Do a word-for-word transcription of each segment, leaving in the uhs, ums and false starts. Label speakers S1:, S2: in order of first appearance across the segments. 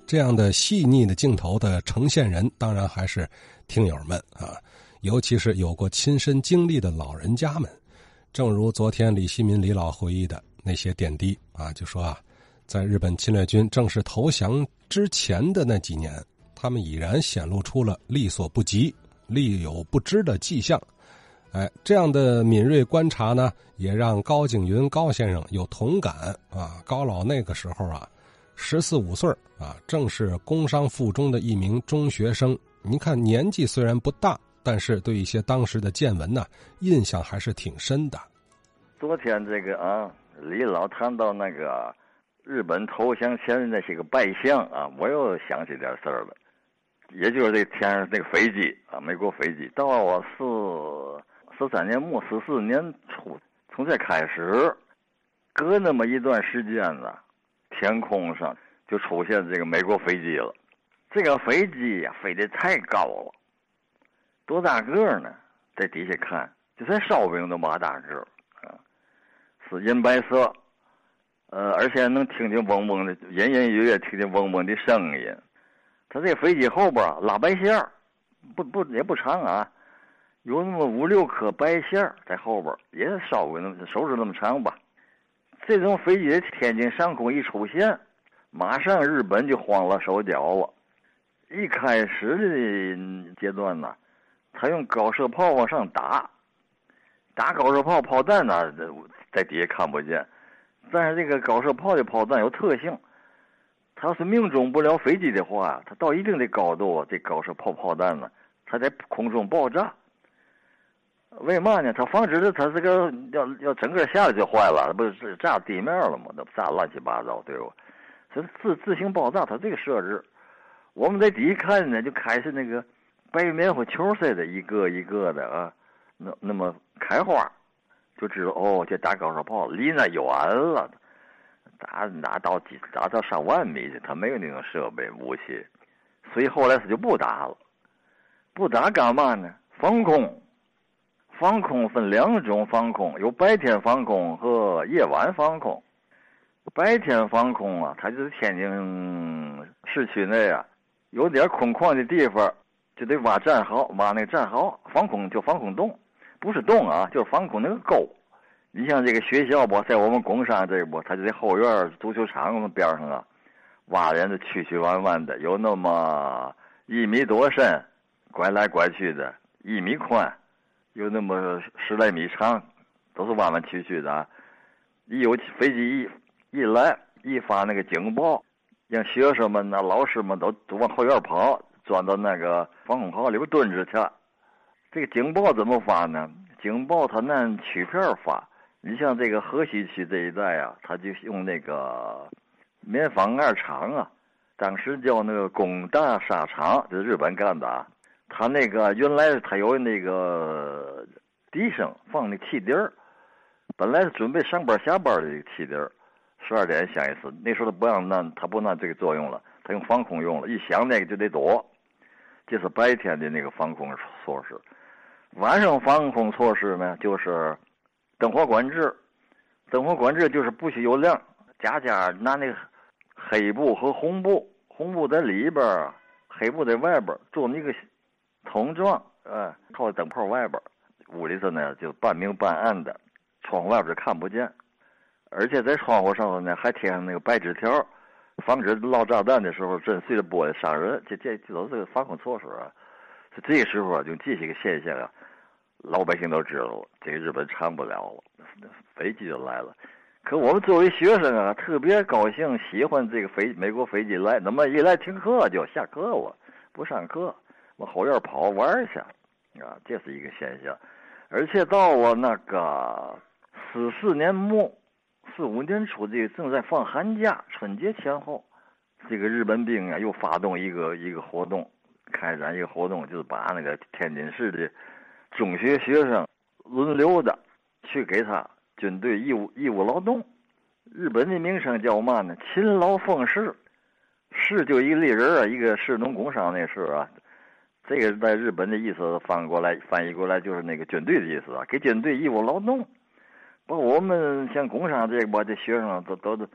S1: 这样的细腻的镜头的呈现人，当然还是听友们啊，尤其是有过亲身经历的老人家们。正如昨天李希民李老回忆的那些点滴啊，就说啊，在日本侵略军正式投降之前的那几年，他们已然显露出了力所不及、力有不支的迹象。哎，这样的敏锐观察呢，也让高景云高先生有同感啊。高老那个时候啊，十四五岁啊，正是工商附中的一名中学生。您看年纪虽然不大，但是对一些当时的见闻呢，印象还是挺深的。
S2: 昨天这个啊，李老谈到那个日本投降前的那些个败相啊，我又想起点事儿了。也就是这天上那个飞机啊，美国飞机，到我四十三年末十四年初，从这开始，隔那么一段时间呢，天空上就出现这个美国飞机了。这个飞机呀、啊，飞得太高了，多大个呢？在底下看，就算烧饼都马大个啊，是银白色，呃，而且能听见嗡嗡的，隐隐约约听见嗡嗡的声音。它这个飞机后边拉白线儿，不不也不长啊。有那么五六颗白线在后边，也稍微那么手指那么长吧。这种飞机在天津上空一出现，马上日本就慌了手脚了。一开始的阶段呢，他用高射炮往上打，打高射炮炮弹呢，在底下看不见。但是这个高射炮的炮弹有特性，它要是命中不了飞机的话，它到一定的高度，这高射炮炮弹呢，它在空中爆炸。为嘛呢？它防止的它这个要要整个下来就坏了，不是炸地面了吗？那炸乱七八糟，对吧？这自自行爆炸，它这个设置，我们在底下看呢，就开始那个白棉花球似的，一个一个的啊，那那么开花，就知道哦，这打高射炮离那远了，打打到几打到上万米去，它没有那种设备武器，所以后来它就不打了。不打干嘛呢？防空。防空分两种防空，有白天防空和夜晚防空。白天防空啊，它就是天津市区内啊，有点空旷的地方，就得挖战壕，挖那个战壕，防空就防空洞，不是洞啊，就是防空那个沟。你像这个学校吧，在我们工商这不，它就在后院足球场边上啊，挖人的曲曲弯弯的，有那么一米多深，拐来拐去的，一米宽。有那么十来米长，都是弯弯曲曲的啊！一有飞机一一来，一发那个警报，让学生们呢、老师们都都往后院跑，钻到那个防空壕里边蹲着去。这个警报怎么发呢？警报它按曲片发。你像这个河西区这一带啊，他就用那个棉纺二厂啊，当时叫那个工大沙厂，这是日本干的啊。他那个原来他有那个笛声放那汽笛儿，本来是准备上班下班的这个汽笛儿，十二点响一次。那时候他不让那他不拿这个作用了，他用防空用了，一响那个就得躲。这是白天的那个防空措施。晚上防空措施呢，就是灯火管制。灯火管制就是不许有亮，家家拿那个黑布和红布，红布在里边，黑布在外边，做那个筒状，呃，靠灯泡外边，屋里头呢就半明半暗的，窗户外边看不见，而且在窗户上头呢还贴上那个白纸条，防止落炸弹的时候震碎了玻璃伤人。这这这都是防空措施啊。这个时候啊，就这些个现象啊，老百姓都知道了，这个日本长不了了，飞机就来了。可我们作为学生啊，特别高兴，喜欢这个飞美国飞机来，那么一来停课就下课了，不上课。往后院跑玩去，啊，这是一个现象。而且到我那个四四年末、四五年初，这个正在放寒假，春节前后，这个日本兵啊又发动一个一个活动，开展一个活动，就是把那个天津市的中学学生轮流的去给他军队义务义务劳动。日本的名称叫嘛呢？勤劳奉仕，仕就一个立人啊，一个士农工商那事啊。这个在日本的意思翻过来翻译过来就是那个军队的意思啊，给军队义务劳动。包括我们像工商这个吧，这学生都都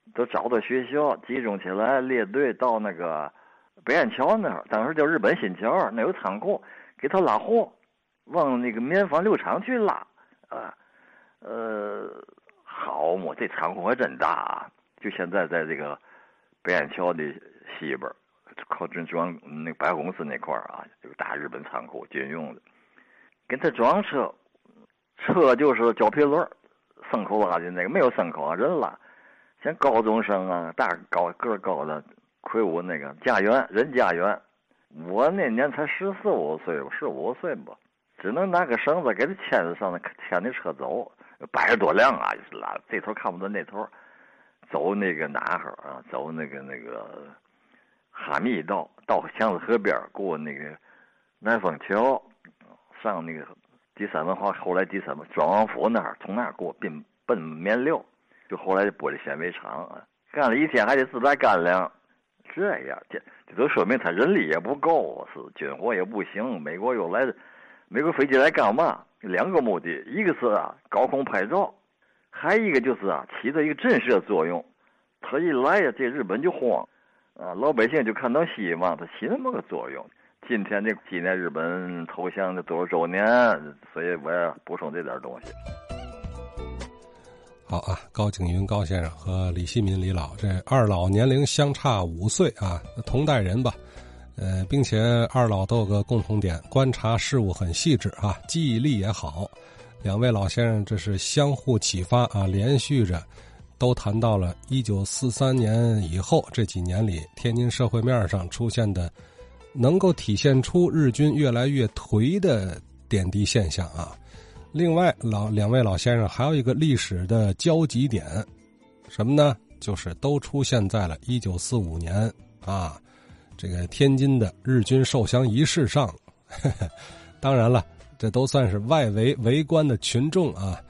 S2: 都找到学校，集中起来列队到那个北安桥那儿，当时叫日本新桥，那有仓库，给他拉货，往那个棉纺六厂去拉啊。呃，好嘛，这仓库还真大啊！就现在在这个北安桥的西边，靠近中央那个百货公司那块儿啊，有个大日本仓库，军用的。给他装车，车就是胶皮轮，牲口拉的那个，没有牲口啊，人拉。像高中生啊，大高个高的魁梧那个家园人家园，我那年才十四五岁，十五岁吧，只能拿个绳子给他牵着上那牵那车走，百十多辆啊，就是拉这头看不到那头，走那个哪哈啊，走那个那个哈密道到强子河边过那个南风桥，上那个第三文化，后来第三文庄王府那儿，从那儿过奔奔棉料。就后来的玻璃纤维厂啊，干了一天还得自带干粮，这样这这都说明他人力也不够，是军火也不行。美国又来的，美国飞机来干嘛？两个目的，一个是啊高空拍照，还一个就是啊起到一个震慑作用。他一来呀，这日本就慌啊，老百姓就看到希望，他起那么个作用。今天这纪念日本投降的多少周年，所以我也补充这点东西。
S1: 好啊，高景云高先生和李希民李老这二老年龄相差五岁啊，同代人吧，呃，并且二老都有个共同点，观察事物很细致啊，记忆力也好。两位老先生这是相互启发啊，连续着都谈到了一九四三年以后这几年里天津社会面上出现的能够体现出日军越来越颓的点滴现象啊。另外老两位老先生还有一个历史的交集点，什么呢？就是都出现在了一九四五年啊，这个天津的日军受降仪式上。呵呵，当然了，这都算是外围围观的群众啊，